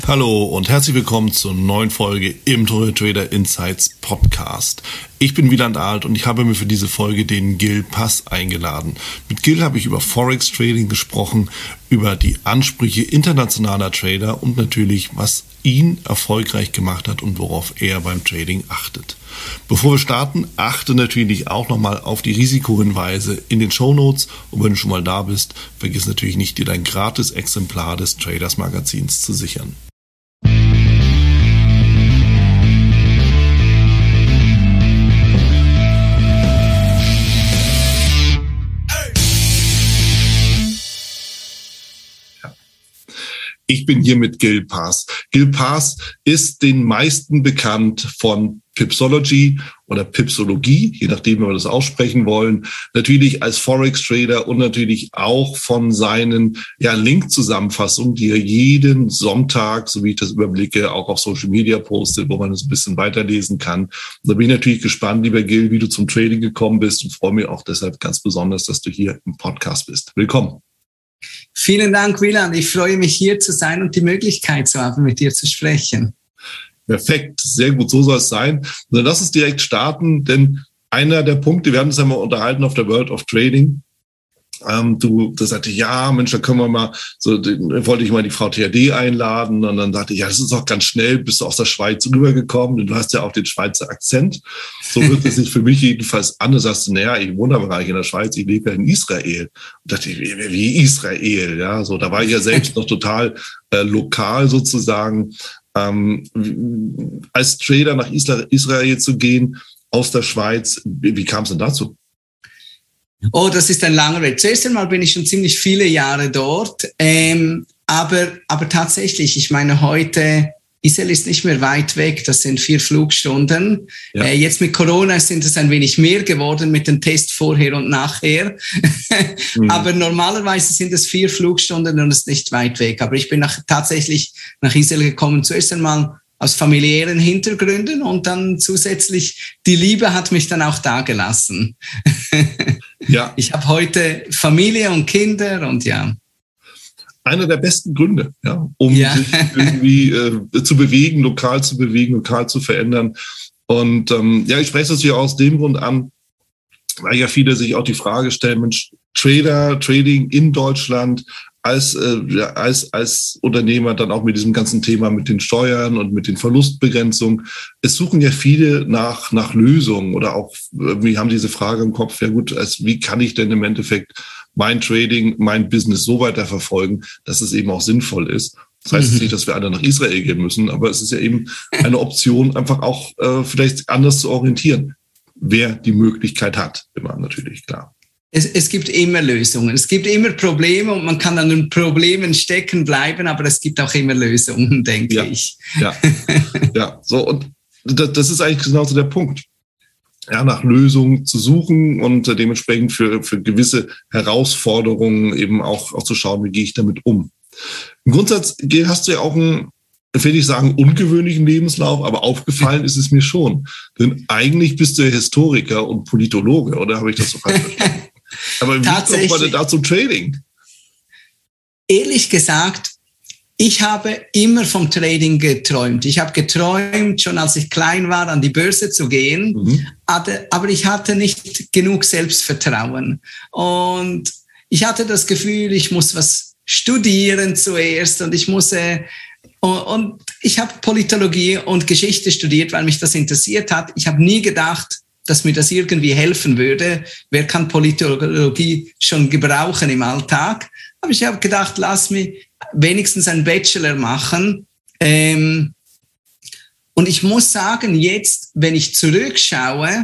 Hallo und herzlich willkommen zur neuen Folge im Trader Insights Podcast. Ich bin Wieland Alt und ich habe mir für diese Folge den Gil Pass eingeladen. Mit Gil habe ich über Forex Trading gesprochen, über die Ansprüche internationaler Trader und natürlich, was ihn erfolgreich gemacht hat und worauf er beim Trading achtet. Bevor wir starten, achte natürlich auch nochmal auf die Risikohinweise in den Shownotes und wenn du schon mal da bist, vergiss natürlich nicht, dir dein gratis Exemplar des Traders Magazins zu sichern. Ich bin hier mit Gil Pass. Gil Pass ist den meisten bekannt von Pipsology oder Pipsologie, je nachdem, wie wir das aussprechen wollen. Natürlich als Forex-Trader und natürlich auch von seinen Link-Zusammenfassungen, die er jeden Sonntag, so wie ich das überblicke, auch auf Social Media postet, wo man es ein bisschen weiterlesen kann. Und da bin ich natürlich gespannt, lieber Gil, wie du zum Trading gekommen bist und freue mich auch deshalb ganz besonders, dass du hier im Podcast bist. Willkommen. Vielen Dank, Wieland. Ich freue mich, hier zu sein und die Möglichkeit zu haben, mit dir zu sprechen. Perfekt, sehr gut, so soll es sein. Dann lass uns direkt starten, denn einer der Punkte, wir haben uns ja mal unterhalten auf der World of Trading, da sagte ich, ja, Mensch, da können wir mal, wollte ich mal die Frau THD einladen und dann dachte ich, ja, das ist auch ganz schnell, bist du aus der Schweiz rübergekommen und du hast ja auch den Schweizer Akzent. So wird es sich für mich jedenfalls an. Du sagst, naja, ich wohne aber gar nicht in der Schweiz, ich lebe ja in Israel. Und dachte ich, wie Israel, ja, so, da war ich ja selbst noch total lokal sozusagen. Als Trader nach Israel zu gehen, aus der Schweiz, wie kam es denn dazu? Oh, das ist ein langer Weg. Zuerst einmal bin ich schon ziemlich viele Jahre dort, aber tatsächlich, ich meine, heute, Israel ist nicht mehr weit weg, das sind 4 Flugstunden. Ja. Jetzt mit Corona sind es ein wenig mehr geworden mit dem Test vorher und nachher, aber normalerweise sind es 4 Flugstunden und es ist nicht weit weg. Aber ich bin tatsächlich nach Israel gekommen, zuerst einmal aus familiären Hintergründen und dann zusätzlich, die Liebe hat mich dann auch da gelassen. Ja. Ich habe heute Familie und Kinder und ja. Einer der besten Gründe, um sich irgendwie zu bewegen, lokal zu verändern. Und ich spreche das hier aus dem Grund an, weil ja viele sich auch die Frage stellen, Mensch, Trading in Deutschland, als Unternehmer dann auch mit diesem ganzen Thema mit den Steuern und mit den Verlustbegrenzungen. Es suchen ja viele nach Lösungen oder auch, wir haben diese Frage im Kopf, ja gut, wie kann ich denn im Endeffekt mein Trading, mein Business so weiterverfolgen, dass es eben auch sinnvoll ist. Das heißt nicht, dass wir alle nach Israel gehen müssen, aber es ist ja eben eine Option, einfach auch vielleicht anders zu orientieren, wer die Möglichkeit hat, immer natürlich, klar. Es gibt immer Lösungen, es gibt immer Probleme und man kann an den Problemen stecken bleiben, aber es gibt auch immer Lösungen, denke ich. Ja, so und das ist eigentlich genauso der Punkt. Ja, nach Lösungen zu suchen und dementsprechend für gewisse Herausforderungen eben auch zu schauen, wie gehe ich damit um. Im Grundsatz hast du ja auch einen, will ich sagen, ungewöhnlichen Lebenslauf, aber aufgefallen ist es mir schon. Denn eigentlich bist du ja Historiker und Politologe, oder habe ich das so falsch verstanden? Aber wie kommt man denn da zum Trading? Ehrlich gesagt, ich habe immer vom Trading geträumt. Ich habe geträumt, schon als ich klein war, an die Börse zu gehen. Aber ich hatte nicht genug Selbstvertrauen. Und ich hatte das Gefühl, ich muss was studieren zuerst und ich habe Politologie und Geschichte studiert, weil mich das interessiert hat. Ich habe nie gedacht, dass mir das irgendwie helfen würde. Wer kann Politologie schon gebrauchen im Alltag? Aber ich habe gedacht, lass mich wenigstens einen Bachelor machen. Und ich muss sagen, jetzt, wenn ich zurückschaue,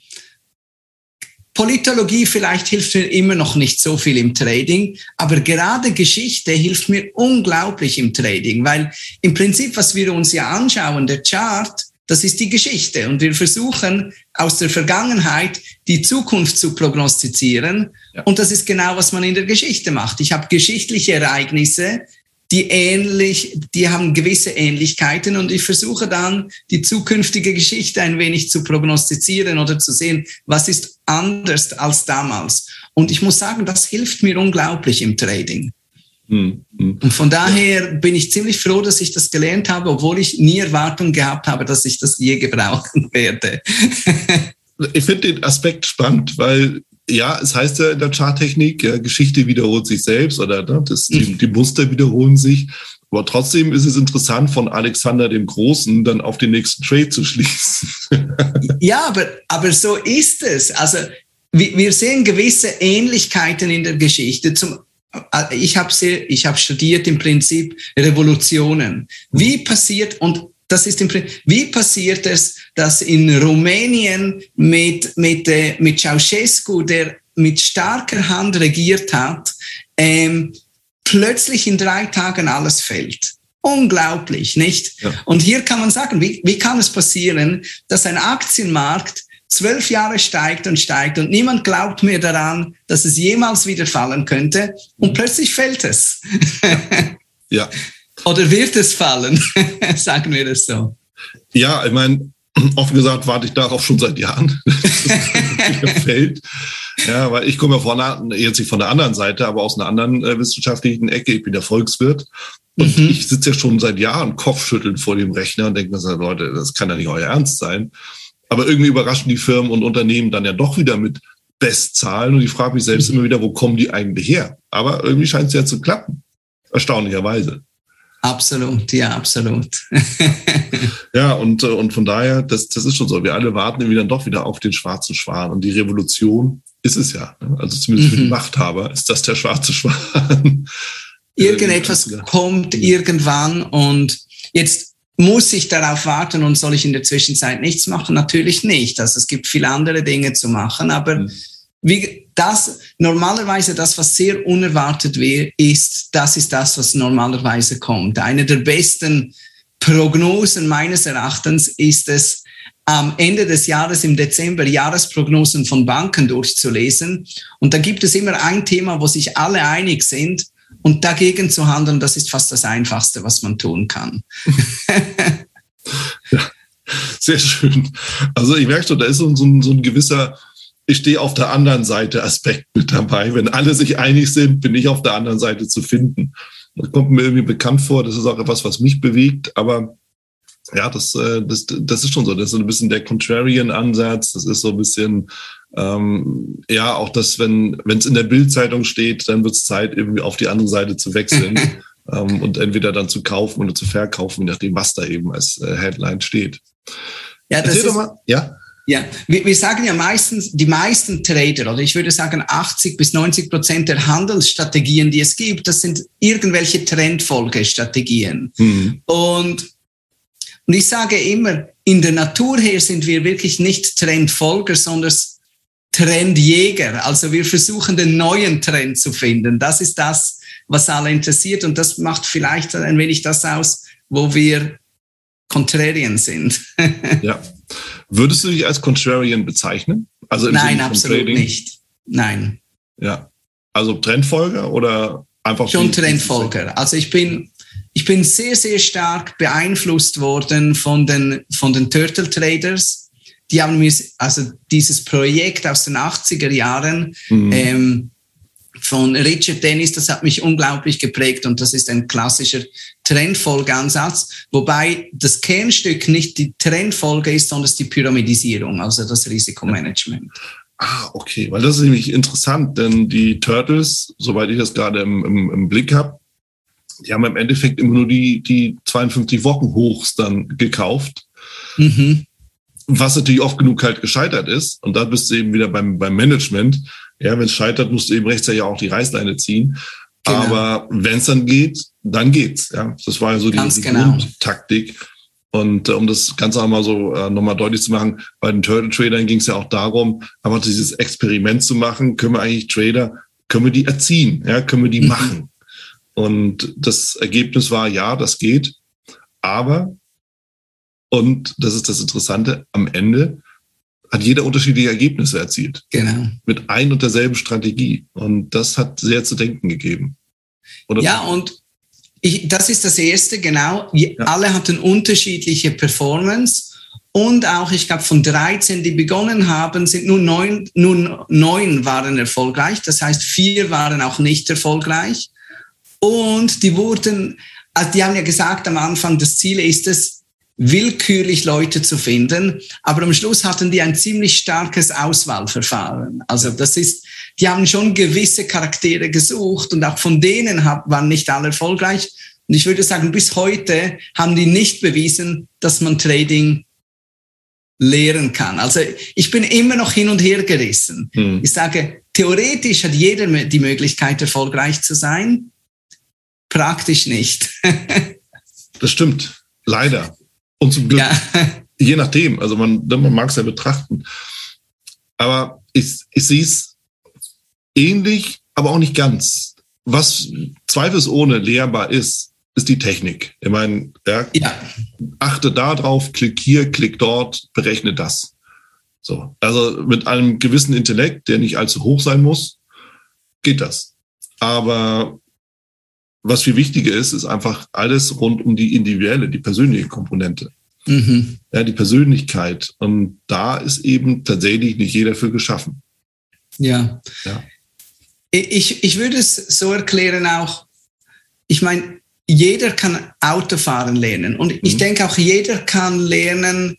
Politologie vielleicht hilft mir immer noch nicht so viel im Trading, aber gerade Geschichte hilft mir unglaublich im Trading, weil im Prinzip, was wir uns ja anschauen, der Chart, das ist die Geschichte und wir versuchen aus der Vergangenheit die Zukunft zu prognostizieren und das ist genau, was man in der Geschichte macht. Ich habe geschichtliche Ereignisse, die haben gewisse Ähnlichkeiten und ich versuche dann, die zukünftige Geschichte ein wenig zu prognostizieren oder zu sehen, was ist anders als damals. Und ich muss sagen, das hilft mir unglaublich im Trading. Und von daher bin ich ziemlich froh, dass ich das gelernt habe, obwohl ich nie Erwartung gehabt habe, dass ich das je gebrauchen werde. Ich finde den Aspekt spannend, weil ja, es heißt ja in der Charttechnik, ja, Geschichte wiederholt sich selbst oder die Muster wiederholen sich. Aber trotzdem ist es interessant, von Alexander dem Großen dann auf den nächsten Trade zu schließen. Ja, aber so ist es. Also wir sehen gewisse Ähnlichkeiten in der Geschichte. Ich habe studiert im Prinzip Revolutionen. Wie passiert es, dass in Rumänien mit Ceausescu, der mit starker Hand regiert hat, plötzlich in 3 Tagen alles fällt? Unglaublich, nicht? Ja. Und hier kann man sagen, wie kann es passieren, dass ein Aktienmarkt 12 Jahre steigt und niemand glaubt mehr daran, dass es jemals wieder fallen könnte und plötzlich fällt es. Ja. Oder wird es fallen? Sagen wir das so. Ja, ich meine, offen gesagt warte ich darauf schon seit Jahren, dass es wieder fällt. Ja, weil ich komme ja jetzt nicht von der anderen Seite, aber aus einer anderen wissenschaftlichen Ecke. Ich bin der Volkswirt und ich sitze ja schon seit Jahren kopfschüttelnd vor dem Rechner und denke mir so, Leute, das kann ja nicht euer Ernst sein. Aber irgendwie überraschen die Firmen und Unternehmen dann ja doch wieder mit Bestzahlen und ich frage mich selbst immer wieder, wo kommen die eigentlich her? Aber irgendwie scheint es ja zu klappen. Erstaunlicherweise. Absolut, ja, absolut. Ja, und von daher, das ist schon so. Wir alle warten irgendwie dann doch wieder auf den schwarzen Schwan. Und die Revolution ist es ja. Also zumindest für die Machthaber ist das der schwarze Schwan. Irgendetwas kommt irgendwann und jetzt muss ich darauf warten und soll ich in der Zwischenzeit nichts machen? Natürlich nicht. Also es gibt viele andere Dinge zu machen, aber normalerweise das, was sehr unerwartet ist, das ist das, was normalerweise kommt. Eine der besten Prognosen meines Erachtens ist es, am Ende des Jahres im Dezember Jahresprognosen von Banken durchzulesen. Und da gibt es immer ein Thema, wo sich alle einig sind. Und dagegen zu handeln, das ist fast das Einfachste, was man tun kann. Ja, sehr schön. Also ich merke schon, da ist so ein gewisser, ich stehe auf der anderen Seite Aspekt mit dabei. Wenn alle sich einig sind, bin ich auf der anderen Seite zu finden. Das kommt mir irgendwie bekannt vor. Das ist auch etwas, was mich bewegt. Aber ja, das ist schon so. Das ist so ein bisschen der Contrarian-Ansatz. Das ist so ein bisschen ja, auch das, wenn es in der Bild-Zeitung steht, dann wird es Zeit, irgendwie auf die andere Seite zu wechseln und entweder dann zu kaufen oder zu verkaufen, je nachdem, was da eben als Headline steht. Ja, das ist, ja, wir sagen ja meistens, die meisten Trader, oder ich würde sagen 80-90% der Handelsstrategien, die es gibt, das sind irgendwelche Trendfolgestrategien. Und ich sage immer, in der Natur her sind wir wirklich nicht Trendfolger, sondern Trendjäger. Also wir versuchen, den neuen Trend zu finden. Das ist das, was alle interessiert. Und das macht vielleicht ein wenig das aus, wo wir Contrarian sind. Ja. Würdest du dich als Contrarian bezeichnen? Also im Nein, Sinne von absolut Trading? nicht. Nein. Ja. Also Trendfolger oder einfach? Schon Trendfolger. Also ich bin sehr, sehr stark beeinflusst worden von den Turtle Traders. Die haben mir, also dieses Projekt aus den 80er Jahren von Richard Dennis, das hat mich unglaublich geprägt und das ist ein klassischer Trendfolgeansatz, wobei das Kernstück nicht die Trendfolge ist, sondern die Pyramidisierung, also das Risikomanagement. Ah, okay, weil das ist nämlich interessant, denn die Turtles, soweit ich das gerade im Blick habe, die haben im Endeffekt immer nur die 52 Wochen Hochs dann gekauft. Was natürlich oft genug halt gescheitert ist. Und da bist du eben wieder beim Management. Ja, wenn es scheitert, musst du eben rechtzeitig auch die Reißleine ziehen. Genau. Aber wenn es dann geht, dann geht's. Ja, das war ja so die Grundtaktik. Und um das Ganze auch mal so nochmal deutlich zu machen, bei den Turtle Tradern ging es ja auch darum, einfach dieses Experiment zu machen. Können wir die erziehen? Ja, können wir die machen? Und das Ergebnis war, ja, das geht. Aber und das ist das Interessante, am Ende hat jeder unterschiedliche Ergebnisse erzielt. Genau. Mit ein und derselben Strategie. Und das hat sehr zu denken gegeben. Oder? Ja, und das ist das Erste, genau. Ja. Alle hatten unterschiedliche Performance. Und auch, ich glaube, von 13, die begonnen haben, sind nur 9 waren erfolgreich. Das heißt, 4 waren auch nicht erfolgreich. Und die haben ja gesagt am Anfang, das Ziel ist es, willkürlich Leute zu finden, aber am Schluss hatten die ein ziemlich starkes Auswahlverfahren. Also die haben schon gewisse Charaktere gesucht und auch von denen waren nicht alle erfolgreich. Und ich würde sagen, bis heute haben die nicht bewiesen, dass man Trading lehren kann. Also ich bin immer noch hin und her gerissen. Ich sage, theoretisch hat jeder die Möglichkeit, erfolgreich zu sein, praktisch nicht. Das stimmt, leider. Und zum Glück, je nachdem, also man mag es ja betrachten. Aber ich sehe es ähnlich, aber auch nicht ganz. Was zweifelsohne lehrbar ist die Technik. Ich meine, achte da drauf, klick hier, klick dort, berechne das. So, also mit einem gewissen Intellekt, der nicht allzu hoch sein muss, geht das. Aber was viel wichtiger ist einfach alles rund um die individuelle, die persönliche Komponente. Ja, die Persönlichkeit. Und da ist eben tatsächlich nicht jeder für geschaffen. Ja. Ich würde es so erklären auch, ich meine, jeder kann Autofahren lernen. Und ich denke auch, jeder kann lernen,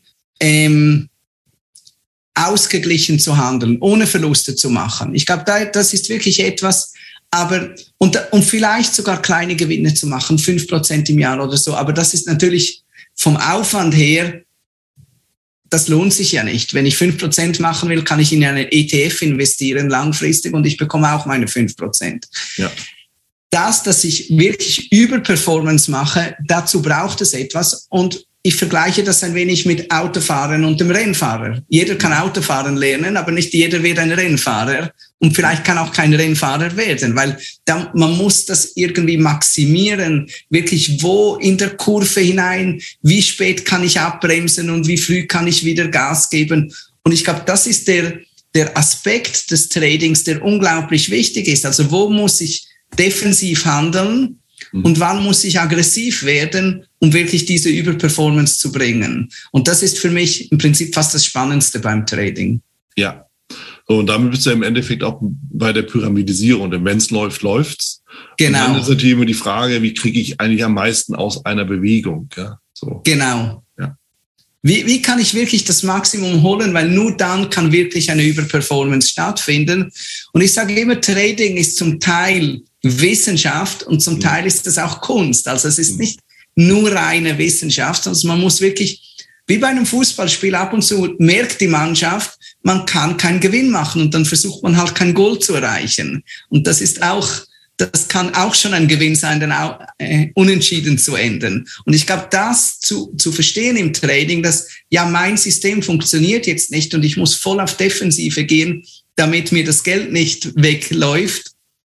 ausgeglichen zu handeln, ohne Verluste zu machen. Ich glaube, das ist wirklich etwas, und vielleicht sogar kleine Gewinne zu machen, 5% im Jahr oder so. Aber das ist natürlich vom Aufwand her, das lohnt sich ja nicht. Wenn ich 5% machen will, kann ich in einen ETF investieren, langfristig, und ich bekomme auch meine 5%. Ja. Dass ich wirklich Überperformance mache, dazu braucht es etwas. Und ich vergleiche das ein wenig mit Autofahren und dem Rennfahrer. Jeder kann Autofahren lernen, aber nicht jeder wird ein Rennfahrer. Und vielleicht kann auch kein Rennfahrer werden, weil man muss das irgendwie maximieren. Wirklich, wo in der Kurve hinein, wie spät kann ich abbremsen und wie früh kann ich wieder Gas geben. Und ich glaube, das ist der Aspekt des Tradings, der unglaublich wichtig ist. Also wo muss ich defensiv handeln und wann muss ich aggressiv werden, um wirklich diese Überperformance zu bringen. Und das ist für mich im Prinzip fast das Spannendste beim Trading. Ja, so, und damit bist du im Endeffekt auch bei der Pyramidisierung. Denn wenn es läuft, läuft's. Genau. Und dann ist natürlich immer die Frage, wie kriege ich eigentlich am meisten aus einer Bewegung? Ja, so. Genau. Ja. Wie kann ich wirklich das Maximum holen? Weil nur dann kann wirklich eine Überperformance stattfinden. Und ich sage immer, Trading ist zum Teil Wissenschaft und zum Teil ist es auch Kunst. Also es ist nicht nur reine Wissenschaft, sondern man muss wirklich, wie bei einem Fußballspiel, ab und zu merkt die Mannschaft, man kann keinen Gewinn machen und dann versucht man halt kein Goal zu erreichen. Und das kann auch schon ein Gewinn sein, dann auch unentschieden zu enden. Und ich glaube, das zu verstehen im Trading, dass ja mein System funktioniert jetzt nicht und ich muss voll auf Defensive gehen, damit mir das Geld nicht wegläuft.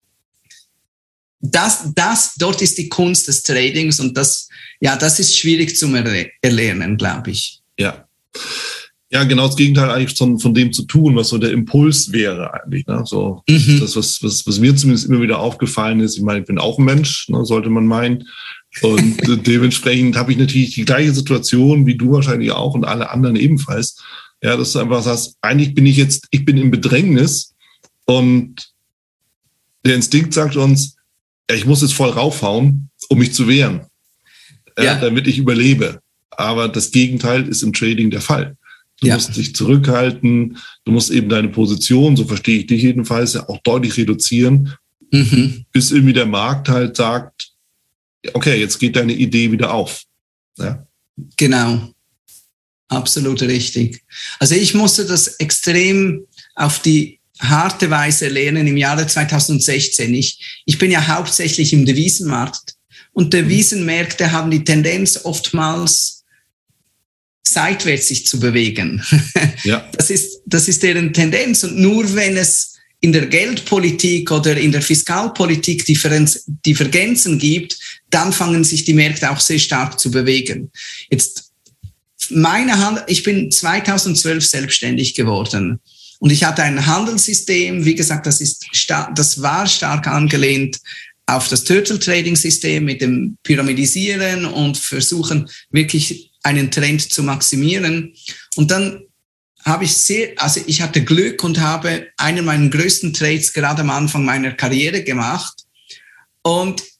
Dort ist die Kunst des Tradings und das ist schwierig zu erlernen, glaube ich. Ja. Ja, genau das Gegenteil eigentlich von dem zu tun, was so der Impuls wäre eigentlich. Ne? So, das, was mir zumindest immer wieder aufgefallen ist. Ich meine, ich bin auch ein Mensch, ne, sollte man meinen. Und dementsprechend habe ich natürlich die gleiche Situation wie du wahrscheinlich auch und alle anderen ebenfalls. Ja, dass du einfach sagst, eigentlich bin ich bin im Bedrängnis und der Instinkt sagt uns, ja, ich muss jetzt voll raufhauen, um mich zu wehren, damit ich überlebe. Aber das Gegenteil ist im Trading der Fall. Du musst dich zurückhalten, du musst eben deine Position, so verstehe ich dich jedenfalls, ja auch deutlich reduzieren, bis irgendwie der Markt halt sagt, okay, jetzt geht deine Idee wieder auf. Ja? Genau, absolut richtig. Also ich musste das extrem auf die harte Weise lernen im Jahre 2016. Ich bin ja hauptsächlich im Devisenmarkt und Devisenmärkte haben die Tendenz oftmals seitwärts sich zu bewegen. Ja. Das ist deren Tendenz und nur wenn es in der Geldpolitik oder in der Fiskalpolitik Divergenzen gibt, dann fangen sich die Märkte auch sehr stark zu bewegen. Jetzt ich bin 2012 selbstständig geworden. Und ich hatte ein Handelssystem, wie gesagt, das war stark angelehnt auf das Turtle-Trading-System mit dem Pyramidisieren und versuchen wirklich einen Trend zu maximieren. Und dann habe ich hatte Glück und habe einen meiner größten Trades gerade am Anfang meiner Karriere gemacht. Und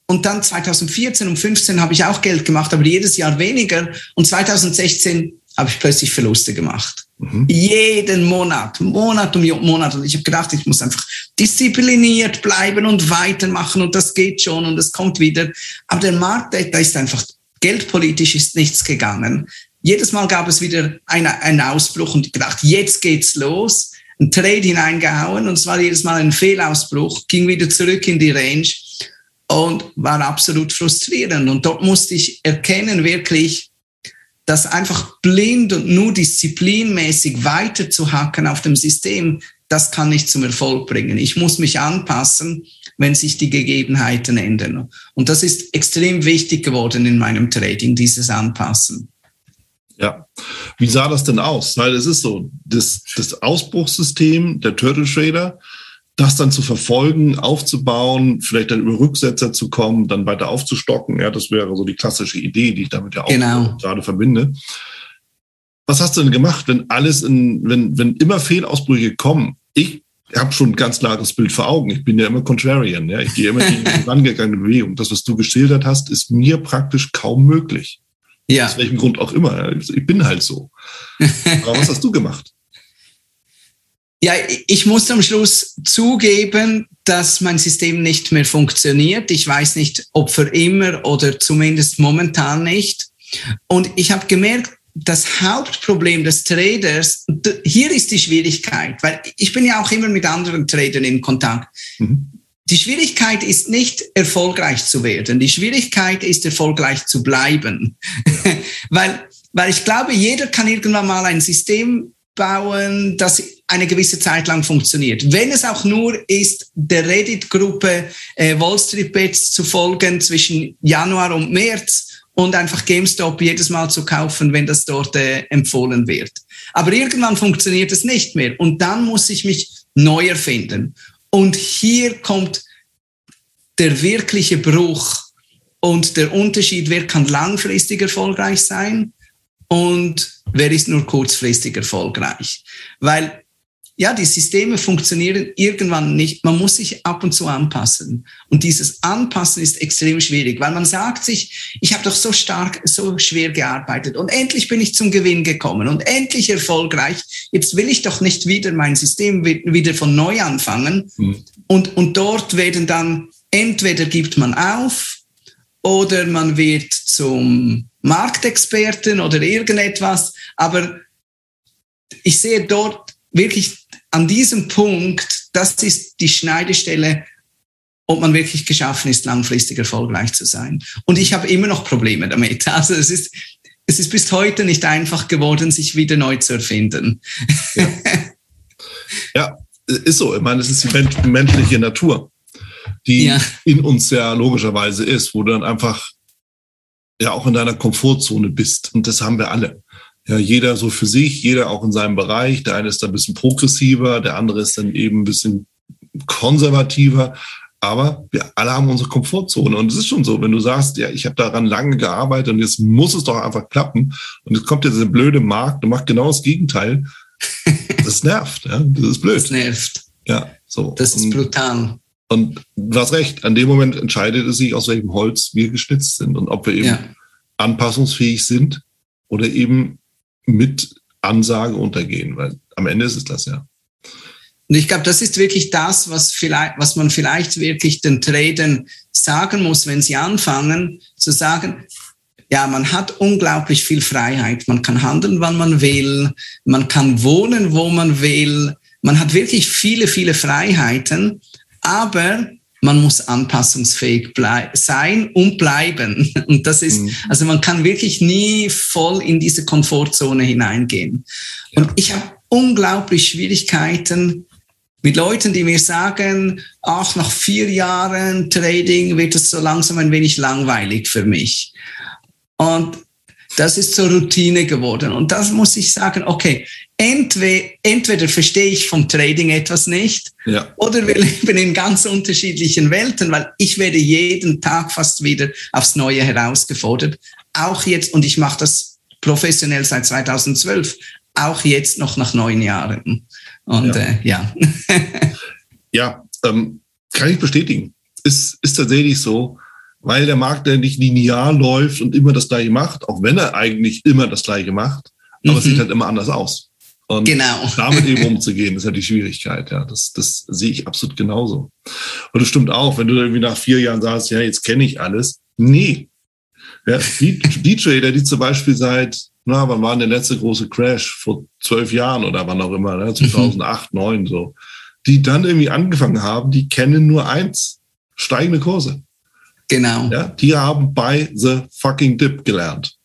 Und dann 2014 und 2015 habe ich auch Geld gemacht, aber jedes Jahr weniger. Und 2016 habe ich plötzlich Verluste gemacht. Jeden Monat um Monat. Und ich habe gedacht, ich muss einfach diszipliniert bleiben und weitermachen und das geht schon und es kommt wieder. Aber der Markt, da ist einfach, geldpolitisch ist nichts gegangen. Jedes Mal gab es wieder einen Ausbruch und ich gedacht, jetzt geht's los. Ein Trade hineingehauen und es war jedes Mal ein Fehlausbruch, ging wieder zurück in die Range und war absolut frustrierend. Und dort musste ich erkennen, wirklich, dass einfach blind und nur disziplinmäßig weiter zu hacken auf dem System, das kann nicht zum Erfolg bringen. Ich muss mich anpassen, wenn sich die Gegebenheiten ändern. Und das ist extrem wichtig geworden in meinem Trading, dieses Anpassen. Ja, wie sah das denn aus? Weil es ist so, das Ausbruchssystem der Turtle Trader, das dann zu verfolgen, aufzubauen, vielleicht dann über Rücksetzer zu kommen, dann weiter aufzustocken. Ja, das wäre so die klassische Idee, die ich damit ja auch gerade verbinde. Was hast du denn gemacht, wenn wenn immer Fehlausbrüche kommen? Ich habe schon ein ganz klares Bild vor Augen. Ich bin ja immer Contrarian. Ja? Ich gehe immer gegen die angegangene Bewegung. Das, was du geschildert hast, ist mir praktisch kaum möglich. Ja. Aus welchem Grund auch immer. Ich bin halt so. Aber was hast du gemacht? Ja, ich muss am Schluss zugeben, dass mein System nicht mehr funktioniert. Ich weiß nicht, ob für immer oder zumindest momentan nicht. Und ich habe gemerkt, das Hauptproblem des Traders, hier ist die Schwierigkeit, weil ich bin ja auch immer mit anderen Tradern in Kontakt. Die Schwierigkeit ist nicht, erfolgreich zu werden. Die Schwierigkeit ist, erfolgreich zu bleiben. weil ich glaube, jeder kann irgendwann mal ein System bauen, das eine gewisse Zeit lang funktioniert. Wenn es auch nur ist, der Reddit-Gruppe Wall Street Bets zu folgen zwischen Januar und März und einfach GameStop jedes Mal zu kaufen, wenn das dort empfohlen wird. Aber irgendwann funktioniert es nicht mehr und dann muss ich mich neu erfinden. Und hier kommt der wirkliche Bruch und der Unterschied, wer kann langfristig erfolgreich sein und wer ist nur kurzfristig erfolgreich. Weil ja, die Systeme funktionieren irgendwann nicht. Man muss sich ab und zu anpassen. Und dieses Anpassen ist extrem schwierig, weil man sagt sich, ich habe doch so schwer gearbeitet und endlich bin ich zum Gewinn gekommen und endlich erfolgreich. Jetzt will ich doch nicht wieder mein System wieder von neu anfangen. Und dort werden dann, entweder gibt man auf oder man wird zum Marktexperten oder irgendetwas. Aber ich sehe dort wirklich an diesem Punkt, das ist die Schneidestelle, ob man wirklich geschaffen ist, langfristig erfolgreich zu sein. Und ich habe immer noch Probleme damit. Also es ist bis heute nicht einfach geworden, sich wieder neu zu erfinden. Ja, ja, ist so. Ich meine, es ist die menschliche Natur, die in uns ja logischerweise ist, wo du dann einfach ja auch in deiner Komfortzone bist. Und das haben wir alle. Ja, jeder so für sich, jeder auch in seinem Bereich. Der eine ist da ein bisschen progressiver, der andere ist dann eben ein bisschen konservativer. Aber wir alle haben unsere Komfortzone. Und es ist schon so, wenn du sagst, ja, ich habe daran lange gearbeitet und jetzt muss es doch einfach klappen. Und jetzt kommt jetzt der blöde Markt und macht genau das Gegenteil. Das nervt, ja, das ist blöd. Das nervt. Ja, so. Das ist brutal. Und du hast recht, an dem Moment entscheidet es sich, aus welchem Holz wir geschnitzt sind und ob wir eben anpassungsfähig sind oder eben mit Ansage untergehen, weil am Ende ist es das, ja. Und ich glaube, das ist wirklich das, was man vielleicht wirklich den Tradern sagen muss, wenn sie anfangen, zu sagen, ja, man hat unglaublich viel Freiheit. Man kann handeln, wann man will. Man kann wohnen, wo man will. Man hat wirklich viele, viele Freiheiten, aber man muss anpassungsfähig sein und bleiben. Und das ist, also man kann wirklich nie voll in diese Komfortzone hineingehen. Ja. Und ich habe unglaublich Schwierigkeiten mit Leuten, die mir sagen, ach, nach 4 Jahren Trading wird es so langsam ein wenig langweilig für mich. Und das ist zur Routine geworden. Und das muss ich sagen, okay, entweder verstehe ich vom Trading etwas nicht, oder wir leben in ganz unterschiedlichen Welten, weil ich werde jeden Tag fast wieder aufs Neue herausgefordert. Auch jetzt, und ich mache das professionell seit 2012, auch jetzt noch nach 9 Jahren. Und kann ich bestätigen. Ist tatsächlich so. weil der Markt ja nicht linear läuft und immer das Gleiche macht, auch wenn er eigentlich immer das Gleiche macht, aber es sieht halt immer anders aus. Und damit eben umzugehen, ist ja die Schwierigkeit. Ja, das sehe ich absolut genauso. Und das stimmt auch, wenn du irgendwie nach 4 Jahren sagst, ja, jetzt kenne ich alles. Nee. Ja, die Trader, die zum Beispiel seit, wann war denn der letzte große Crash? Vor 12 Jahren oder wann auch immer, ne? 2008, 2009 so. Die dann irgendwie angefangen haben, die kennen nur eins: steigende Kurse. Genau. Ja, die haben buy the fucking dip gelernt.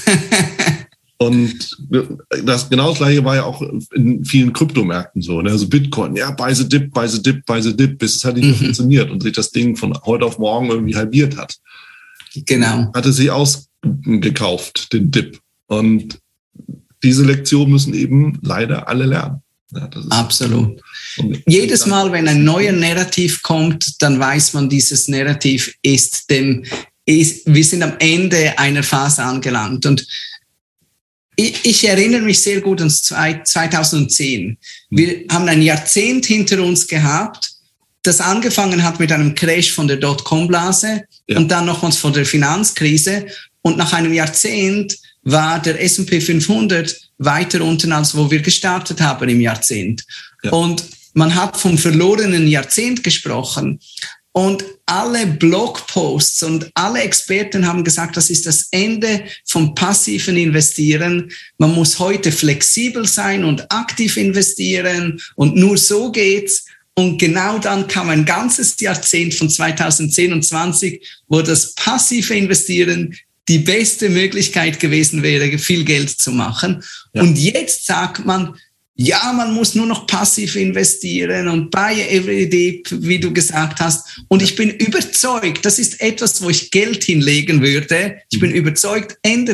Und genau das Gleiche war ja auch in vielen Kryptomärkten so. Ne? Also Bitcoin, ja, buy the dip, buy the dip, buy the dip, bis es halt nicht mehr funktioniert und sich das Ding von heute auf morgen irgendwie halbiert hat. Genau. Hatte sie ausgekauft, den Dip. Und diese Lektion müssen eben leider alle lernen. Ja, das ist absolut. Jedes Mal, wenn ein neuer Narrativ kommt, dann weiß man, dieses Narrativ wir sind am Ende einer Phase angelangt. Und ich erinnere mich sehr gut an 2010. Wir haben ein Jahrzehnt hinter uns gehabt, das angefangen hat mit einem Crash von der Dotcom-Blase und dann nochmals von der Finanzkrise. Und nach einem Jahrzehnt war der S&P 500 weiter unten, als wo wir gestartet haben im Jahrzehnt. Ja. Und man hat vom verlorenen Jahrzehnt gesprochen. Und alle Blogposts und alle Experten haben gesagt, das ist das Ende vom passiven Investieren. Man muss heute flexibel sein und aktiv investieren und nur so geht's. Und genau dann kam ein ganzes Jahrzehnt von 2010 und 20, wo das passive Investieren die beste Möglichkeit gewesen wäre, viel Geld zu machen. Ja. Und jetzt sagt man, ja, man muss nur noch passiv investieren und buy every dip, wie du gesagt hast. Und ich bin überzeugt, das ist etwas, wo ich Geld hinlegen würde. Ich bin überzeugt, Ende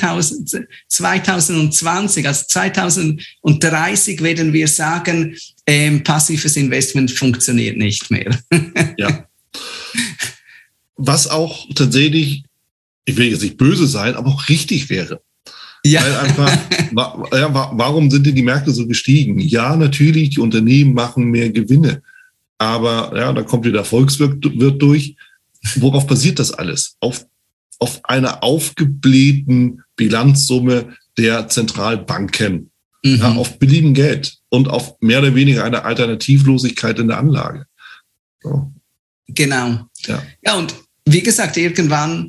2020, also 2030 werden wir sagen, passives Investment funktioniert nicht mehr. Ja. Was auch tatsächlich, ich will jetzt nicht böse sein, aber auch richtig wäre. Ja. Weil einfach, warum sind denn die Märkte so gestiegen? Ja, natürlich, die Unternehmen machen mehr Gewinne. Aber ja, da kommt wieder Volkswirt durch. Worauf basiert das alles? Auf einer aufgeblähten Bilanzsumme der Zentralbanken. Ja, auf billigem Geld und auf mehr oder weniger eine Alternativlosigkeit in der Anlage. So. Genau. Ja, und wie gesagt, irgendwann,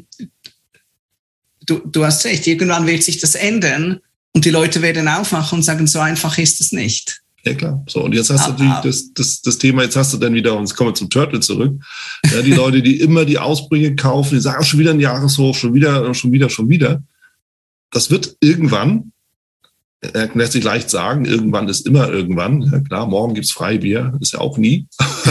du hast recht, irgendwann wird sich das ändern und die Leute werden aufwachen und sagen, so einfach ist es nicht. Ja, klar. So, und jetzt hast du natürlich das Thema, jetzt hast du dann wieder, und jetzt kommen wir zum Turtle zurück, ja, die Leute, die immer die Ausbrüche kaufen, die sagen, schon wieder ein Jahreshoch, schon wieder. Das wird irgendwann, lässt sich leicht sagen, irgendwann ist immer irgendwann. Ja, klar, morgen gibt's Freibier, ist ja auch nie.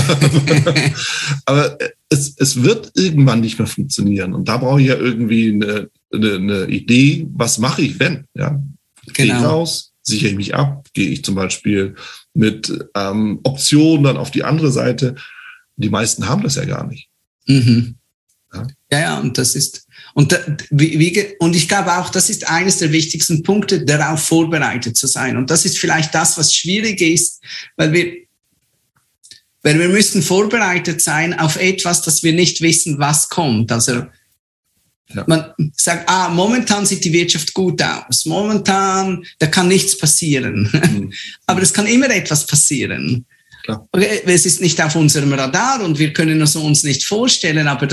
Aber es wird irgendwann nicht mehr funktionieren. Und da brauche ich ja irgendwie eine Idee, was mache ich, wenn? Ja, gehe ich raus, sichere ich mich ab, gehe ich zum Beispiel mit Optionen dann auf die andere Seite. Die meisten haben das ja gar nicht. Mhm. Ja, und das ist, und ich glaube auch, das ist eines der wichtigsten Punkte, darauf vorbereitet zu sein. Und das ist vielleicht das, was schwierig ist, weil wir müssen vorbereitet sein auf etwas, das wir nicht wissen, was kommt. Also man sagt, momentan sieht die Wirtschaft gut aus. Momentan, da kann nichts passieren. Aber es kann immer etwas passieren. Klar. Okay, es ist nicht auf unserem Radar und wir können es uns nicht vorstellen, aber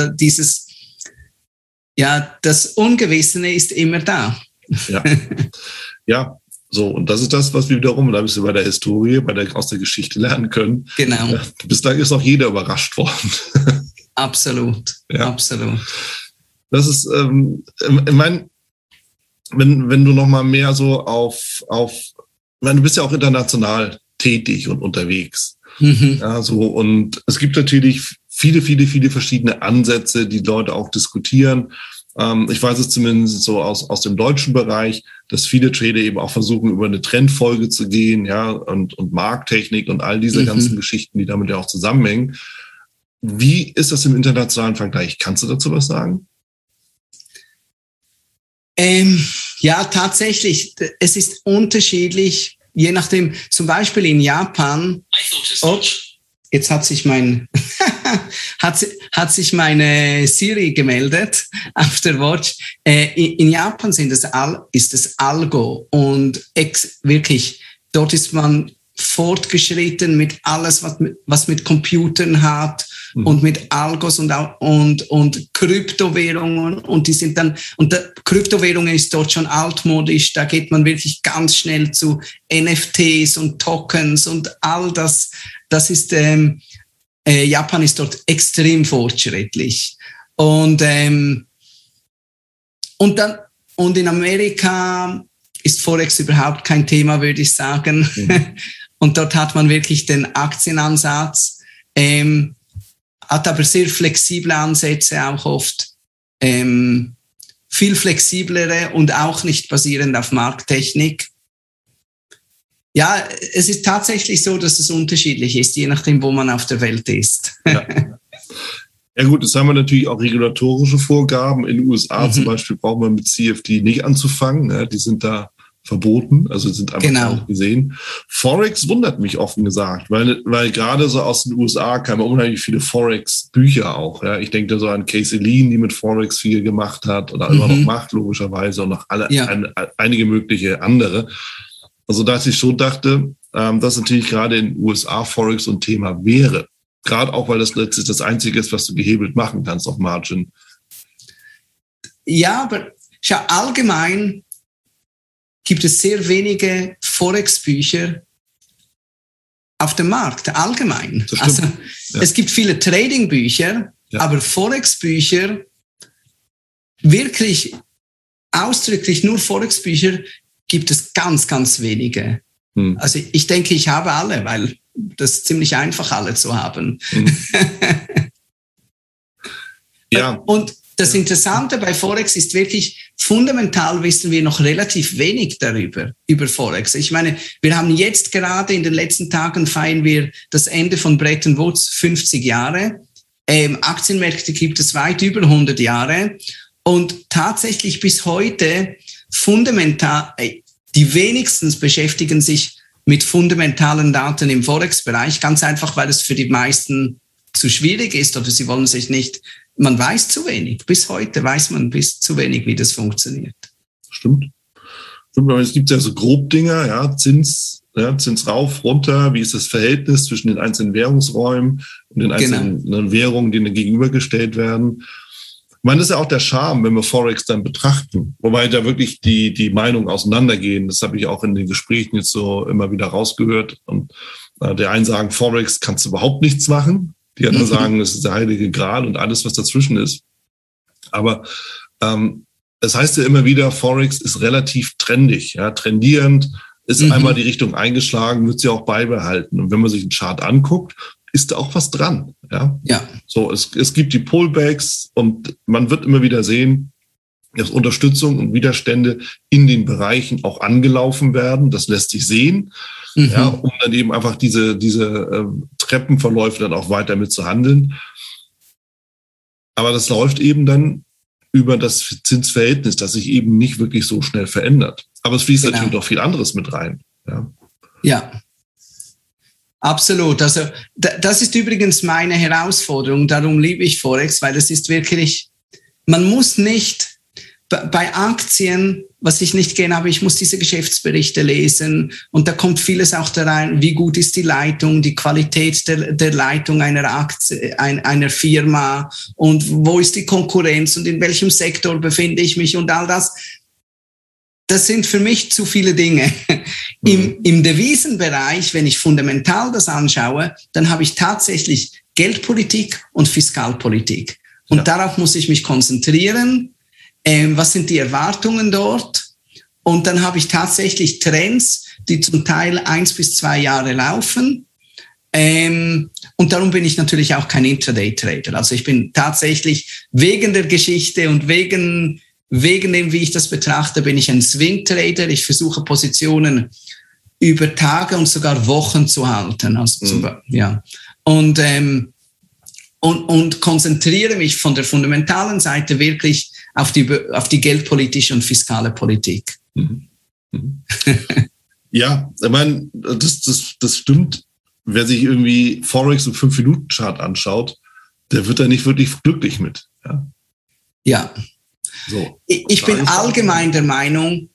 das Ungewissene ist immer da. Ja, so, und das ist das, was wir wiederum, da bist du bei der Historie, aus der Geschichte lernen können. Genau. Ja, bislang ist auch jeder überrascht worden. Absolut, absolut. Das ist, ich meine, wenn du noch mal mehr so ich meine, du bist ja auch international tätig und unterwegs. Ja, so, und es gibt natürlich viele verschiedene Ansätze, die Leute auch diskutieren. Ich weiß es zumindest so aus dem deutschen Bereich, dass viele Trader eben auch versuchen, über eine Trendfolge zu gehen, ja, und Markttechnik und all diese ganzen Geschichten, die damit ja auch zusammenhängen. Wie ist das im internationalen Vergleich? Kannst du dazu was sagen? Ja, tatsächlich. Es ist unterschiedlich. Je nachdem, zum Beispiel in Japan, jetzt hat sich mein hat sich meine Siri gemeldet auf der Watch. In Japan ist es Algo und wirklich, dort ist man fortgeschritten mit alles, was mit Computern hat und mit Algos und Kryptowährungen und die sind dann, und Kryptowährungen ist dort schon altmodisch, da geht man wirklich ganz schnell zu NFTs und Tokens und all das. Das ist, Japan ist dort extrem fortschrittlich und in Amerika ist Forex überhaupt kein Thema, würde ich sagen. Und dort hat man wirklich den Aktienansatz, hat aber sehr flexible Ansätze auch oft, viel flexiblere und auch nicht basierend auf Markttechnik. Ja, es ist tatsächlich so, dass es unterschiedlich ist, je nachdem, wo man auf der Welt ist. Ja. Ja gut, jetzt haben wir natürlich auch regulatorische Vorgaben. In den USA zum Beispiel braucht man mit CFD nicht anzufangen. Ne? Die sind da verboten, also sind einfach nicht gesehen. Forex wundert mich offen gesagt, weil gerade so aus den USA kamen unheimlich viele Forex-Bücher auch. Ja? Ich denke da so an Casey Lean, die mit Forex viel gemacht hat oder immer noch macht, logischerweise, und noch einige mögliche andere. Also dass ich schon dachte, dass natürlich gerade in den USA Forex so ein Thema wäre. Gerade auch, weil das letztlich das Einzige ist, was du gehebelt machen kannst auf Margin. Ja, aber schau, allgemein gibt es sehr wenige Forex-Bücher auf dem Markt, allgemein. Also es gibt viele Trading-Bücher, aber Forex-Bücher, wirklich ausdrücklich nur Forex-Bücher, gibt es ganz, ganz wenige. Also ich denke, ich habe alle, weil das ist ziemlich einfach, alle zu haben. Ja. Und das Interessante bei Forex ist wirklich, fundamental wissen wir noch relativ wenig über Forex. Ich meine, wir haben jetzt gerade in den letzten Tagen feiern wir das Ende von Bretton Woods, 50 Jahre. Aktienmärkte gibt es weit über 100 Jahre. Und tatsächlich bis heute fundamental, die wenigsten beschäftigen sich mit fundamentalen Daten im Forex-Bereich, ganz einfach, weil es für die meisten zu schwierig ist oder sie wollen sich nicht, man weiß zu wenig. Bis heute weiß man zu wenig, wie das funktioniert. Stimmt. Aber es gibt ja so Grobdinger, ja, Zins rauf, runter, wie ist das Verhältnis zwischen den einzelnen Währungsräumen und den einzelnen Währungen, die dann gegenübergestellt werden. Ich meine, das ist ja auch der Charme, wenn wir Forex dann betrachten, wobei da wirklich die Meinungen auseinandergehen. Das habe ich auch in den Gesprächen jetzt so immer wieder rausgehört. Und der einen sagen, Forex kannst du überhaupt nichts machen. Die anderen sagen, das ist der heilige Gral und alles, was dazwischen ist. Aber es heißt ja immer wieder, Forex ist relativ trendig, ja, trendierend, ist einmal die Richtung eingeschlagen, wird sie auch beibehalten. Und wenn man sich einen Chart anguckt, ist da auch was dran. Ja. So, es gibt die Pullbacks und man wird immer wieder sehen, dass Unterstützung und Widerstände in den Bereichen auch angelaufen werden. Das lässt sich sehen, ja, um dann eben einfach diese Treppenverläufe dann auch weiter mit zu handeln. Aber das läuft eben dann über das Zinsverhältnis, das sich eben nicht wirklich so schnell verändert. Aber es fließt natürlich noch viel anderes mit rein. Ja. Absolut. Also das ist übrigens meine Herausforderung. Darum liebe ich Forex, weil es ist wirklich, man muss nicht bei Aktien, was ich nicht gerne habe, ich muss diese Geschäftsberichte lesen und da kommt vieles auch da rein, wie gut ist die Leitung, die Qualität der Leitung einer Aktie, einer Firma und wo ist die Konkurrenz und in welchem Sektor befinde ich mich und all das. Das sind für mich zu viele Dinge. Im Devisenbereich, wenn ich fundamental das anschaue, dann habe ich tatsächlich Geldpolitik und Fiskalpolitik. Und darauf muss ich mich konzentrieren. Was sind die Erwartungen dort? Und dann habe ich tatsächlich Trends, die zum Teil 1 bis 2 Jahre laufen. Und darum bin ich natürlich auch kein Intraday-Trader. Also ich bin tatsächlich wegen der Geschichte und wegen dem, wie ich das betrachte, bin ich ein Swing-Trader. Ich versuche Positionen über Tage und sogar Wochen zu halten. Also und konzentriere mich von der fundamentalen Seite wirklich auf die geldpolitische und fiskale Politik. Ja, ich meine, das stimmt. Wer sich irgendwie Forex im 5-Minuten-Chart anschaut, der wird da nicht wirklich glücklich mit. Ja. So. Ich bin allgemein der Meinung,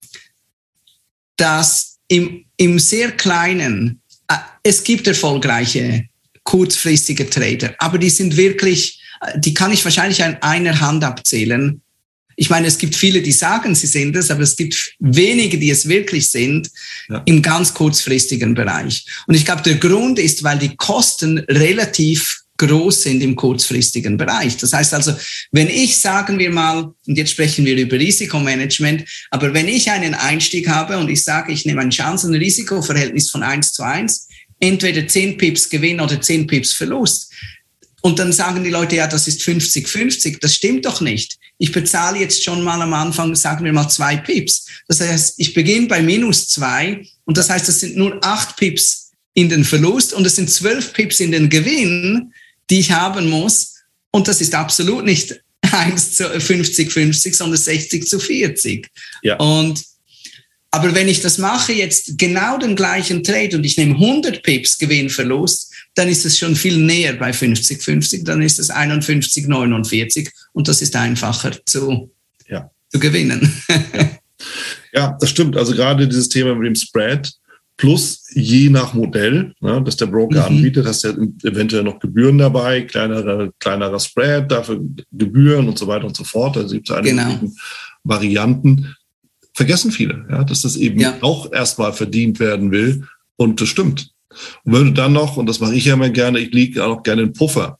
dass im sehr Kleinen, es gibt erfolgreiche, kurzfristige Trader, aber die sind wirklich, die kann ich wahrscheinlich an einer Hand abzählen. Ich meine, es gibt viele, die sagen, sie sind es, aber es gibt wenige, die es wirklich sind, im ganz kurzfristigen Bereich. Und ich glaube, der Grund ist, weil die Kosten relativ groß sind im kurzfristigen Bereich. Das heißt also, wenn ich, sagen wir mal, und jetzt sprechen wir über Risikomanagement, aber wenn ich einen Einstieg habe und ich sage, ich nehme ein Chancen-Risiko-Verhältnis von 1:1, entweder 10 Pips Gewinn oder 10 Pips Verlust, und dann sagen die Leute, ja, das ist 50-50, das stimmt doch nicht. Ich bezahle jetzt schon mal am Anfang, sagen wir mal 2 Pips. Das heißt, ich beginne bei -2 und das heißt, das sind nur 8 Pips in den Verlust und es sind 12 Pips in den Gewinn, die ich haben muss. Und das ist absolut nicht 50-50, sondern 60-40. Ja. Aber wenn ich das mache, jetzt genau den gleichen Trade und ich nehme 100 Pips Gewinn-Verlust, dann ist es schon viel näher bei 50-50, dann ist es 51-49 und das ist einfacher zu gewinnen. Ja, das stimmt. Also gerade dieses Thema mit dem Spread, plus je nach Modell, das der Broker anbietet, hast du ja eventuell noch Gebühren dabei, kleinerer Spread, dafür Gebühren und so weiter und so fort. Also gibt es einige Varianten. Vergessen viele, dass das eben auch erstmal verdient werden will. Und das stimmt. Und wenn du dann noch, und das mache ich ja immer gerne, ich lege auch gerne einen Puffer,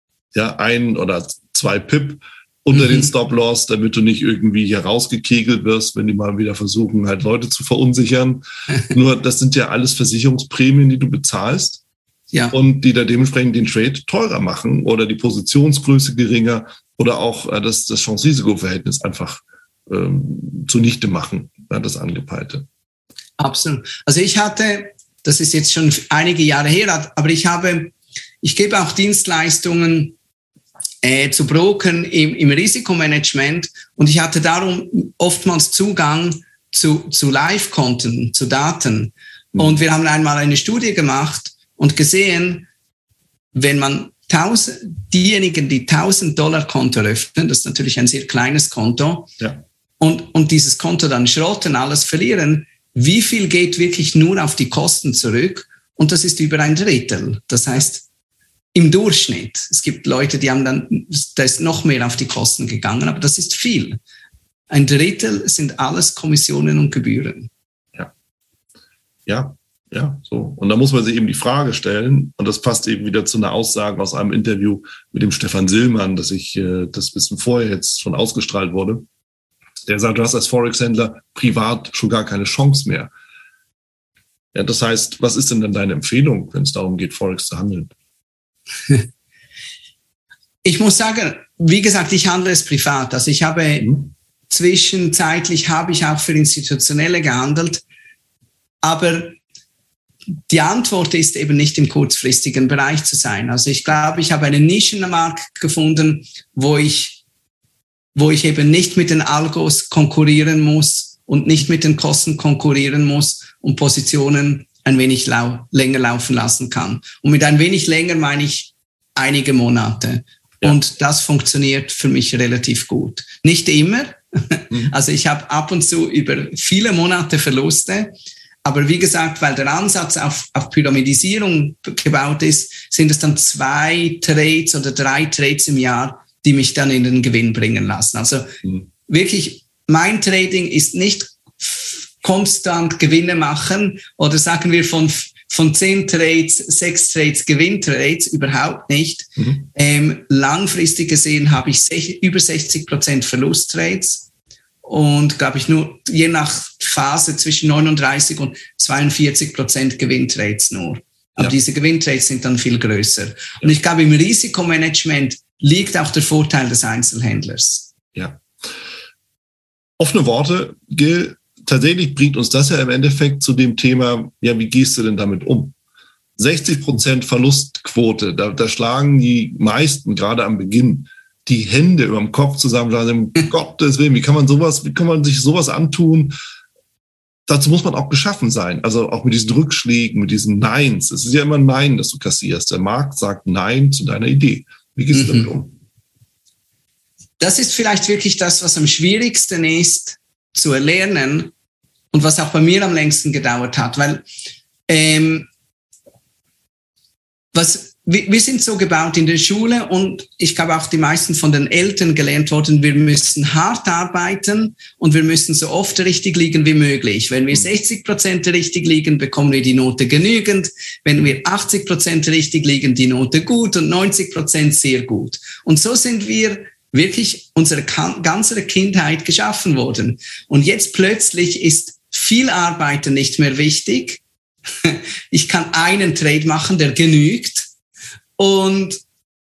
1 oder 2 Pip unter den Stop-Loss, damit du nicht irgendwie hier rausgekegelt wirst, wenn die mal wieder versuchen, halt Leute zu verunsichern. Nur das sind ja alles Versicherungsprämien, die du bezahlst und die da dementsprechend den Trade teurer machen oder die Positionsgröße geringer oder auch das Chance-Risiko-Verhältnis einfach zunichte machen, das Angepeilte. Absolut. Also ich hatte, das ist jetzt schon einige Jahre her, aber ich gebe auch Dienstleistungen zu Brokern im Risikomanagement und ich hatte darum oftmals Zugang zu Live-Konten, zu Daten. Und wir haben einmal eine Studie gemacht und gesehen, wenn man diejenigen, die $1.000 öffnen, das ist natürlich ein sehr kleines Konto, und dieses Konto dann schrotten, alles verlieren, wie viel geht wirklich nur auf die Kosten zurück? Und das ist über 1/3. Das heißt, im Durchschnitt. Es gibt Leute, die haben dann, da ist noch mehr auf die Kosten gegangen, aber das ist viel. 1/3 sind alles Kommissionen und Gebühren. Ja, so. Und da muss man sich eben die Frage stellen, und das passt eben wieder zu einer Aussage aus einem Interview mit dem Stefan Sillmann, das ein bisschen vorher jetzt schon ausgestrahlt wurde. Der sagt, du hast als Forex-Händler privat schon gar keine Chance mehr. Ja, das heißt, was ist denn dann deine Empfehlung, wenn es darum geht, Forex zu handeln? Ich muss sagen, wie gesagt, ich handle es privat. Also ich habe zwischenzeitlich auch für Institutionelle gehandelt, aber die Antwort ist eben nicht im kurzfristigen Bereich zu sein. Also ich glaube, ich habe einen Nischenmarkt gefunden, wo ich eben nicht mit den Algos konkurrieren muss und nicht mit den Kosten konkurrieren muss und Positionen ein wenig länger laufen lassen kann. Und mit ein wenig länger meine ich einige Monate. Ja. Und das funktioniert für mich relativ gut. Nicht immer. Also ich habe ab und zu über viele Monate Verluste. Aber wie gesagt, weil der Ansatz auf Pyramidisierung gebaut ist, sind es dann 2 Trades oder 3 Trades im Jahr, die mich dann in den Gewinn bringen lassen. Also wirklich, mein Trading ist nicht konstant Gewinne machen oder sagen wir von 10 Trades, 6 Trades Gewinntrades, überhaupt nicht. Langfristig gesehen habe ich über 60% Verlusttrades und glaube ich nur je nach Phase zwischen 39 und 42% Gewinntrades nur. Aber diese Gewinntrades sind dann viel größer. Und ich glaube, im Risikomanagement liegt auch der Vorteil des Einzelhändlers. Ja. Offene Worte, Gil. Tatsächlich bringt uns das ja im Endeffekt zu dem Thema, wie gehst du denn damit um? 60% Verlustquote, da schlagen die meisten gerade am Beginn die Hände über dem Kopf zusammen, sagen, um Gottes Willen, wie kann man sich sowas antun? Dazu muss man auch geschaffen sein, also auch mit diesen Rückschlägen, mit diesen Neins. Es ist ja immer ein Nein, das du kassierst. Der Markt sagt Nein zu deiner Idee. Wie gehst du damit um? Das ist vielleicht wirklich das, was am schwierigsten ist zu erlernen und was auch bei mir am längsten gedauert hat, weil wir sind so gebaut in der Schule und ich glaube auch die meisten von den Eltern gelernt worden, wir müssen hart arbeiten und wir müssen so oft richtig liegen wie möglich. Wenn wir 60% richtig liegen, bekommen wir die Note genügend. Wenn wir 80% richtig liegen, die Note gut und 90% sehr gut. Und so sind wir wirklich unsere ganze Kindheit geschaffen worden. Und jetzt plötzlich ist viel Arbeiten nicht mehr wichtig. Ich kann einen Trade machen, der genügt. Und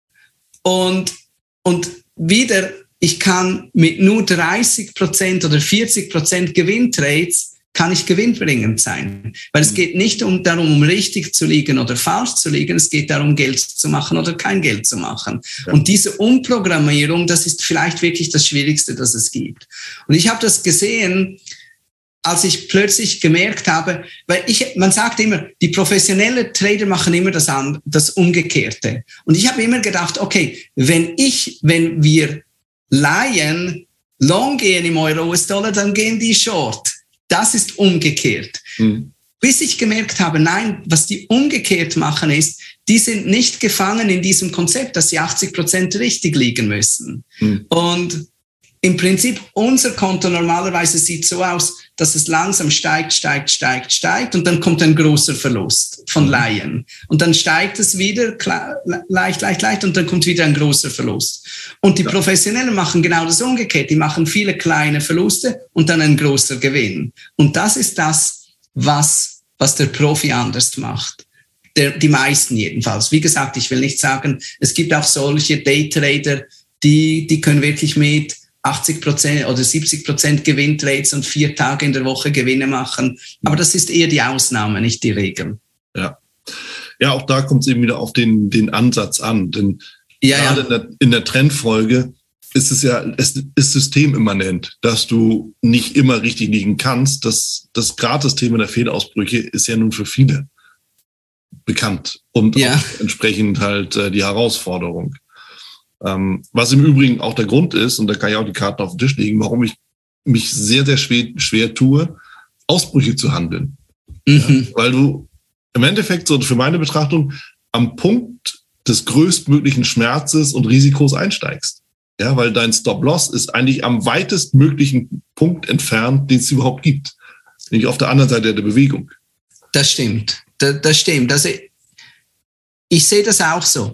wieder, ich kann mit nur 30% oder 40% Gewinntrades, kann ich gewinnbringend sein. Weil es geht nicht darum, um richtig zu liegen oder falsch zu liegen, es geht darum, Geld zu machen oder kein Geld zu machen. Ja. Und diese Umprogrammierung, das ist vielleicht wirklich das Schwierigste, das es gibt. Und ich habe das gesehen, als ich plötzlich gemerkt habe, weil man sagt immer, die professionellen Trader machen immer das Umgekehrte. Und ich habe immer gedacht, okay, wenn wir Laien long gehen im Euro-US-Dollar, dann gehen die short. Das ist umgekehrt. Bis ich gemerkt habe, nein, was die umgekehrt machen ist, die sind nicht gefangen in diesem Konzept, dass sie 80% richtig liegen müssen. Und im Prinzip, unser Konto normalerweise sieht so aus, dass es langsam steigt und dann kommt ein großer Verlust von Laien. Und dann steigt es wieder leicht und dann kommt wieder ein großer Verlust. Und die Professionellen machen genau das umgekehrt. Die machen viele kleine Verluste und dann ein großer Gewinn. Und das ist das, was der Profi anders macht. Die meisten jedenfalls. Wie gesagt, ich will nicht sagen, es gibt auch solche Daytrader, die können wirklich mit 80% oder 70% Gewinntrades und 4 Tage in der Woche Gewinne machen. Aber das ist eher die Ausnahme, nicht die Regel. Ja, auch da kommt es eben wieder auf den Ansatz an. Denn gerade in der Trendfolge ist es ist systemimmanent, dass du nicht immer richtig liegen kannst. Das Gratis-Thema der Fehlausbrüche ist ja nun für viele bekannt und auch entsprechend halt die Herausforderung. Was im Übrigen auch der Grund ist, und da kann ich auch die Karten auf den Tisch legen, warum ich mich sehr, sehr schwer tue, Ausbrüche zu handeln. Ja, weil du im Endeffekt, so für meine Betrachtung, am Punkt des größtmöglichen Schmerzes und Risikos einsteigst. Ja, weil dein Stop-Loss ist eigentlich am weitestmöglichen Punkt entfernt, den es überhaupt gibt. Nämlich auf der anderen Seite der Bewegung. Das stimmt. Das stimmt. Also ich sehe das auch so.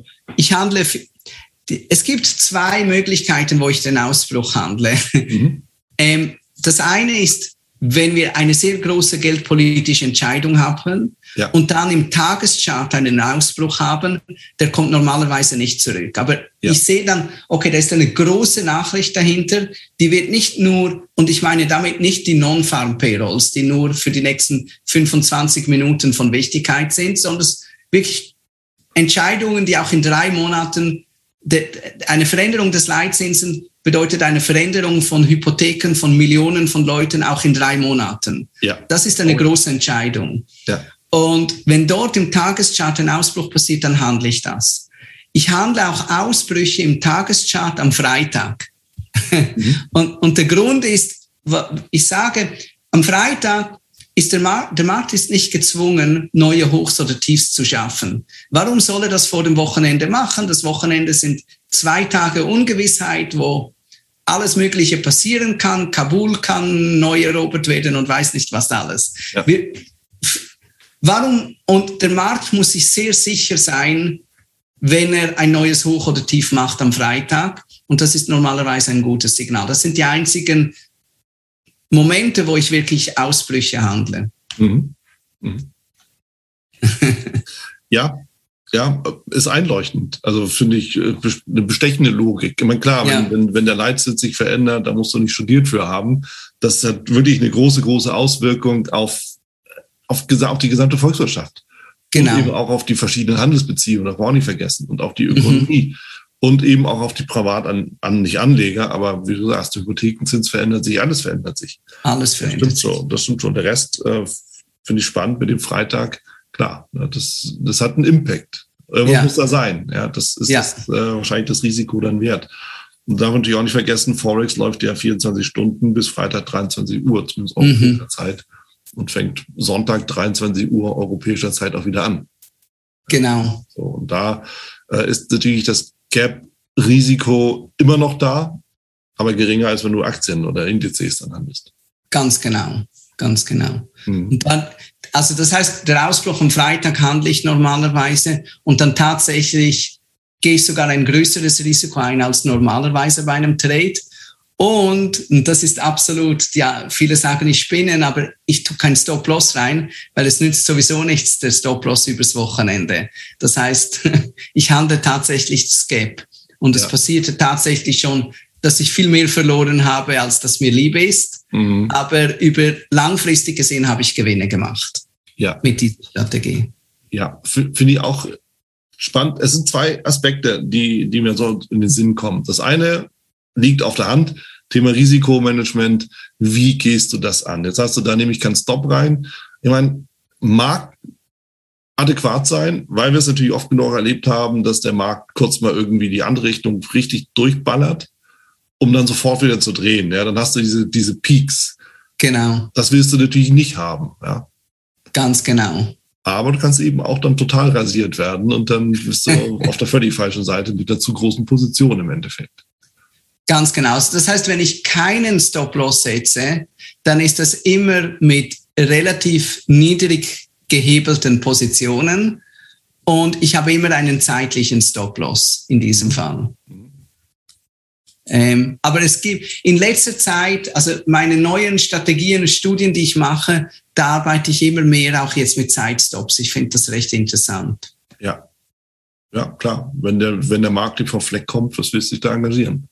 Es gibt 2 Möglichkeiten, wo ich den Ausbruch handle. Das eine ist, wenn wir eine sehr große geldpolitische Entscheidung haben und dann im Tageschart einen Ausbruch haben, der kommt normalerweise nicht zurück. Aber ich sehe dann, okay, da ist eine große Nachricht dahinter, die wird nicht nur, und ich meine damit nicht die Non-Farm-Payrolls, die nur für die nächsten 25 Minuten von Wichtigkeit sind, sondern wirklich Entscheidungen, die auch in 3 Monaten eine Veränderung des Leitzinsen bedeutet eine Veränderung von Hypotheken von Millionen von Leuten auch in 3 Monaten. Ja. Das ist eine große Entscheidung. Ja. Und wenn dort im Tageschart ein Ausbruch passiert, dann handle ich das. Ich handle auch Ausbrüche im Tageschart am Freitag. Und der Grund ist, ich sage, am Freitag ist der Markt ist nicht gezwungen, neue Hochs oder Tiefs zu schaffen. Warum soll er das vor dem Wochenende machen? Das Wochenende sind 2 Tage Ungewissheit, wo alles Mögliche passieren kann. Kabul kann neu erobert werden und weiß nicht was alles. Ja. Warum? Und der Markt muss sich sehr sicher sein, wenn er ein neues Hoch oder Tief macht am Freitag. Und das ist normalerweise ein gutes Signal. Das sind die einzigen Momente, wo ich wirklich Ausbrüche handle. Ja, ist einleuchtend. Also finde ich eine bestechende Logik. Ich meine, klar, wenn der Leitzins sich verändert, da musst du nicht studiert für haben. Das hat wirklich eine große Auswirkung auf die gesamte Volkswirtschaft. Genau. Und eben auch auf die verschiedenen Handelsbeziehungen, das wollen wir auch nicht vergessen, und auf die Ökonomie. Und eben auch auf die nicht Anleger, aber wie du sagst, der Hypothekenzins verändert sich, alles verändert sich. Alles verändert sich. Das stimmt schon. Der Rest finde ich spannend mit dem Freitag. Klar, das hat einen Impact. Irgendwas muss da sein. Ja, das ist wahrscheinlich das Risiko dann wert. Und darf man natürlich auch nicht vergessen, Forex läuft ja 24 Stunden bis Freitag 23 Uhr, zumindest europäischer Zeit, und fängt Sonntag 23 Uhr europäischer Zeit auch wieder an. Genau. So, und da ist natürlich das Gap-Risiko immer noch da, aber geringer, als wenn du Aktien oder Indizes dann handelst. Ganz genau. Und dann, also das heißt, der Ausbruch am Freitag handle ich normalerweise und dann tatsächlich gehe ich sogar ein größeres Risiko ein als normalerweise bei einem Trade. Und das ist absolut, ja, viele sagen, ich spinne, aber ich tue keinen Stop-Loss rein, weil es nützt sowieso nichts, der Stop-Loss übers Wochenende. Das heißt, ich handle tatsächlich das Gap. Und es passierte tatsächlich schon, dass ich viel mehr verloren habe, als das mir lieb ist. Aber über langfristig gesehen habe ich Gewinne gemacht. Ja. Mit dieser Strategie. Ja, finde ich auch spannend. Es sind zwei Aspekte, die mir so in den Sinn kommen. Das eine liegt auf der Hand, Thema Risikomanagement. Wie gehst du das an? Jetzt hast du da nämlich keinen Stop rein. Ich meine, mag adäquat sein, weil wir es natürlich oft genug erlebt haben, dass der Markt kurz mal irgendwie die andere Richtung richtig durchballert, um dann sofort wieder zu drehen. Ja, dann hast du diese Peaks. Genau. Das willst du natürlich nicht haben. Ja. Ganz genau. Aber du kannst eben auch dann total rasiert werden und dann bist du auf der völlig falschen Seite mit der zu großen Position im Endeffekt. Ganz genau. Das heißt, wenn ich keinen Stop-Loss setze, dann ist das immer mit relativ niedrig gehebelten Positionen und ich habe immer einen zeitlichen Stop-Loss in diesem Fall. Aber es gibt in letzter Zeit, also meine neuen Strategien und Studien, die ich mache, da arbeite ich immer mehr auch jetzt mit Zeitstops. Ich finde das recht interessant. Ja, klar. Wenn der Markt vom Fleck kommt, was willst du dich da engagieren?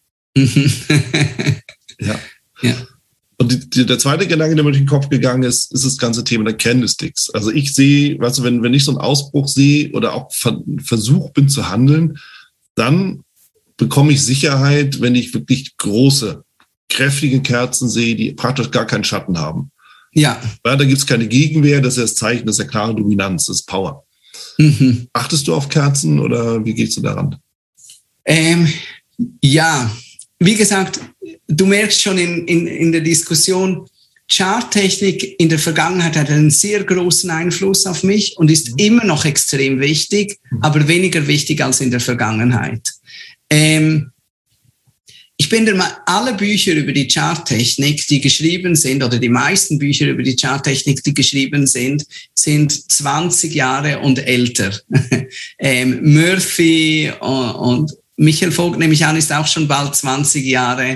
Ja. Und der zweite Gedanke, der mir durch den Kopf gegangen ist das ganze Thema der Candlesticks. Also ich sehe, weißt du, wenn ich so einen Ausbruch sehe oder auch versucht bin zu handeln, dann bekomme ich Sicherheit, wenn ich wirklich große, kräftige Kerzen sehe, die praktisch gar keinen Schatten haben. Ja, da gibt es keine Gegenwehr, das ist das Zeichen, das ist ja klare Dominanz, das ist Power. Achtest du auf Kerzen oder wie gehst du daran? Ja, wie gesagt, du merkst schon in der Diskussion, Charttechnik in der Vergangenheit hat einen sehr großen Einfluss auf mich und ist immer noch extrem wichtig, aber weniger wichtig als in der Vergangenheit. Ich bin der Meinung, alle Bücher über die Charttechnik, die geschrieben sind, oder die meisten Bücher über die Charttechnik, die geschrieben sind 20 Jahre und älter. Murphy und Michael Vogt, nehme ich an, ist auch schon bald 20 Jahre.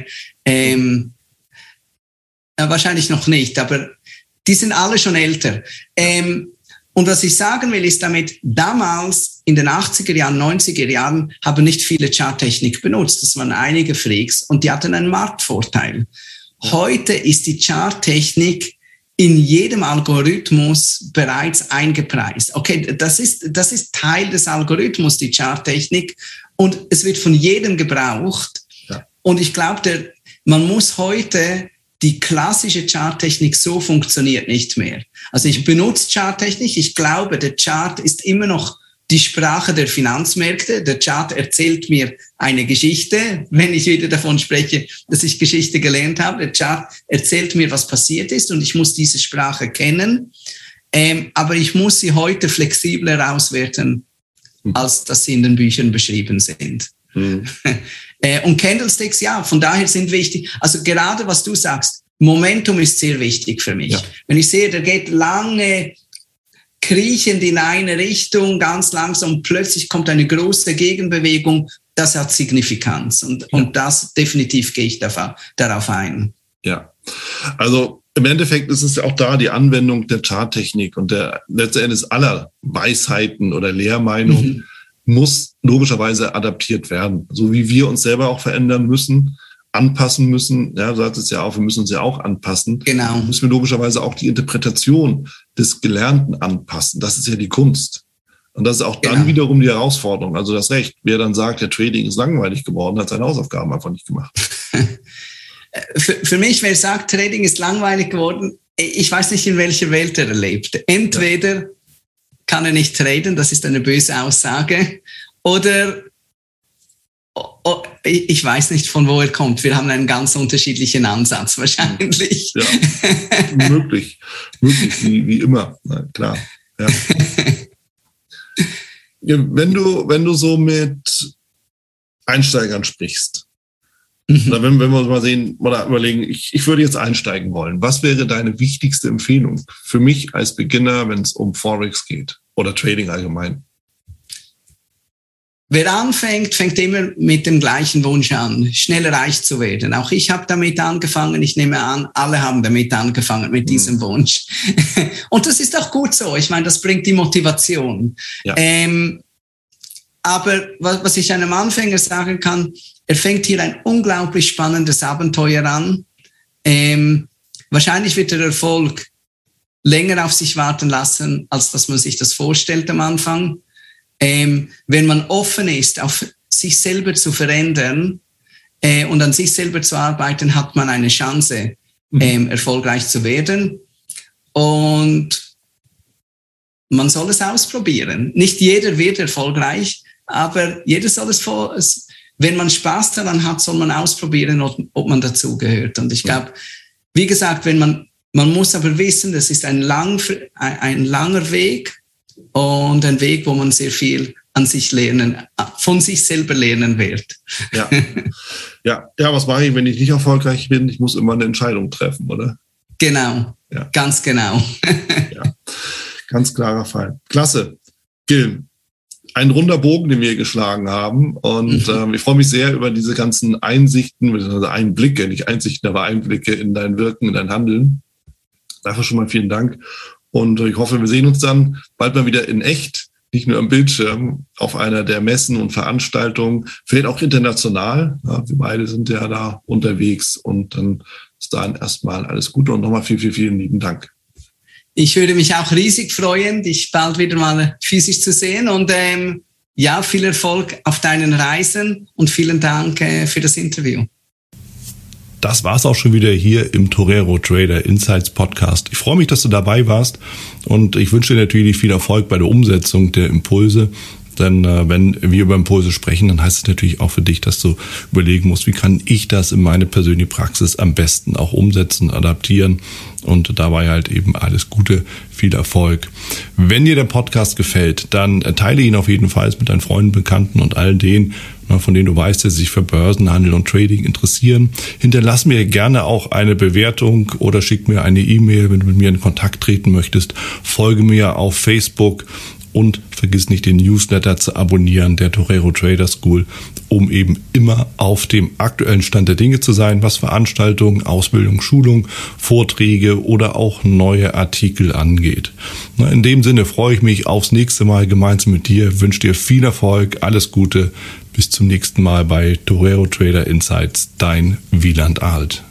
Wahrscheinlich noch nicht, aber die sind alle schon älter. Und was ich sagen will, ist damit, damals in den 80er Jahren, 90er Jahren haben nicht viele Charttechnik benutzt. Das waren einige Freaks und die hatten einen Marktvorteil. Heute ist die Charttechnik in jedem Algorithmus bereits eingepreist. Okay, das ist Teil des Algorithmus, die Charttechnik, und es wird von jedem gebraucht. Ja. Und ich glaube, man muss heute, die klassische Charttechnik so funktioniert nicht mehr. Also ich benutze Charttechnik. Ich glaube, der Chart ist immer noch die Sprache der Finanzmärkte. Der Chart erzählt mir eine Geschichte, wenn ich wieder davon spreche, dass ich Geschichte gelernt habe. Der Chart erzählt mir, was passiert ist und ich muss diese Sprache kennen. Aber ich muss sie heute flexibler auswerten, als dass sie in den Büchern beschrieben sind. Und Candlesticks, ja, von daher sind wichtig. Also gerade was du sagst, Momentum ist sehr wichtig für mich. Ja. Wenn ich sehe, der geht lange kriechend in eine Richtung, ganz langsam, und plötzlich kommt eine große Gegenbewegung, das hat Signifikanz. Und das definitiv gehe ich darauf ein. Ja, also im Endeffekt ist es ja auch da die Anwendung der Charttechnik und letzten Endes aller Weisheiten oder Lehrmeinungen muss logischerweise adaptiert werden. So wie wir uns selber auch verändern müssen, anpassen müssen. Ja, du sagst es ja auch, wir müssen uns ja auch anpassen. Genau. Müssen wir logischerweise auch die Interpretation des Gelernten anpassen. Das ist ja die Kunst. Und das ist auch dann wiederum die Herausforderung. Also das Recht. Wer dann sagt, der Trading ist langweilig geworden, hat seine Hausaufgaben einfach nicht gemacht. Für mich, wer sagt, Trading ist langweilig geworden, ich weiß nicht, in welcher Welt er lebt. Entweder kann er nicht traden, das ist eine böse Aussage. Oder ich weiß nicht, von wo er kommt. Wir haben einen ganz unterschiedlichen Ansatz wahrscheinlich. Ja, möglich, wie immer, na, klar. Ja. Wenn du so mit Einsteigern sprichst, oder wenn wir uns mal sehen oder überlegen, ich würde jetzt einsteigen wollen, was wäre deine wichtigste Empfehlung für mich als Beginner, wenn es um Forex geht oder Trading allgemein? Wer anfängt, fängt immer mit dem gleichen Wunsch an, schnell reich zu werden. Auch ich habe damit angefangen. Ich nehme an, alle haben damit angefangen, mit diesem Wunsch. Und das ist auch gut so. Ich meine, das bringt die Motivation. Ja. Aber was ich einem Anfänger sagen kann, er fängt hier ein unglaublich spannendes Abenteuer an. Wahrscheinlich wird der Erfolg länger auf sich warten lassen, als dass man sich das vorstellt am Anfang. Wenn man offen ist, auf sich selber zu verändern und an sich selber zu arbeiten, hat man eine Chance, erfolgreich zu werden. Und man soll es ausprobieren. Nicht jeder wird erfolgreich, aber jeder soll es, wenn man Spaß daran hat, soll man ausprobieren, ob man dazugehört. Und ich glaube, wie gesagt, man muss aber wissen, das ist ein langer Weg. Und ein Weg, wo man sehr viel von sich selber lernen wird. Ja, was mache ich, wenn ich nicht erfolgreich bin? Ich muss immer eine Entscheidung treffen, oder? Genau, ja. Ganz genau. Ja, ganz klarer Fall. Klasse. Gil, ein runder Bogen, den wir geschlagen haben. Und ich freue mich sehr über diese ganzen Einsichten, also Einblicke, nicht Einsichten, aber Einblicke in dein Wirken, in dein Handeln. Dafür schon mal vielen Dank. Und ich hoffe, wir sehen uns dann bald mal wieder in echt, nicht nur am Bildschirm, auf einer der Messen und Veranstaltungen, vielleicht auch international. Ja, wir beide sind ja da unterwegs und dann ist dann erstmal alles Gute und nochmal vielen lieben Dank. Ich würde mich auch riesig freuen, dich bald wieder mal physisch zu sehen und viel Erfolg auf deinen Reisen und vielen Dank für das Interview. Das war's auch schon wieder hier im Torero Trader Insights Podcast. Ich freue mich, dass du dabei warst und ich wünsche dir natürlich viel Erfolg bei der Umsetzung der Impulse. Denn wenn wir über Impulse sprechen, dann heißt es natürlich auch für dich, dass du überlegen musst, wie kann ich das in meine persönliche Praxis am besten auch umsetzen, adaptieren und dabei halt eben alles Gute, viel Erfolg. Wenn dir der Podcast gefällt, dann teile ihn auf jeden Fall mit deinen Freunden, Bekannten und all denen, von denen du weißt, dass sie sich für Börsenhandel und Trading interessieren. Hinterlass mir gerne auch eine Bewertung oder schick mir eine E-Mail, wenn du mit mir in Kontakt treten möchtest. Folge mir auf Facebook und vergiss nicht, den Newsletter zu abonnieren, der Torero Trader School, um eben immer auf dem aktuellen Stand der Dinge zu sein, was Veranstaltungen, Ausbildung, Schulung, Vorträge oder auch neue Artikel angeht. In dem Sinne freue ich mich aufs nächste Mal gemeinsam mit dir, wünsche dir viel Erfolg, alles Gute, bis zum nächsten Mal bei Torero Trader Insights, dein Wieland Alt.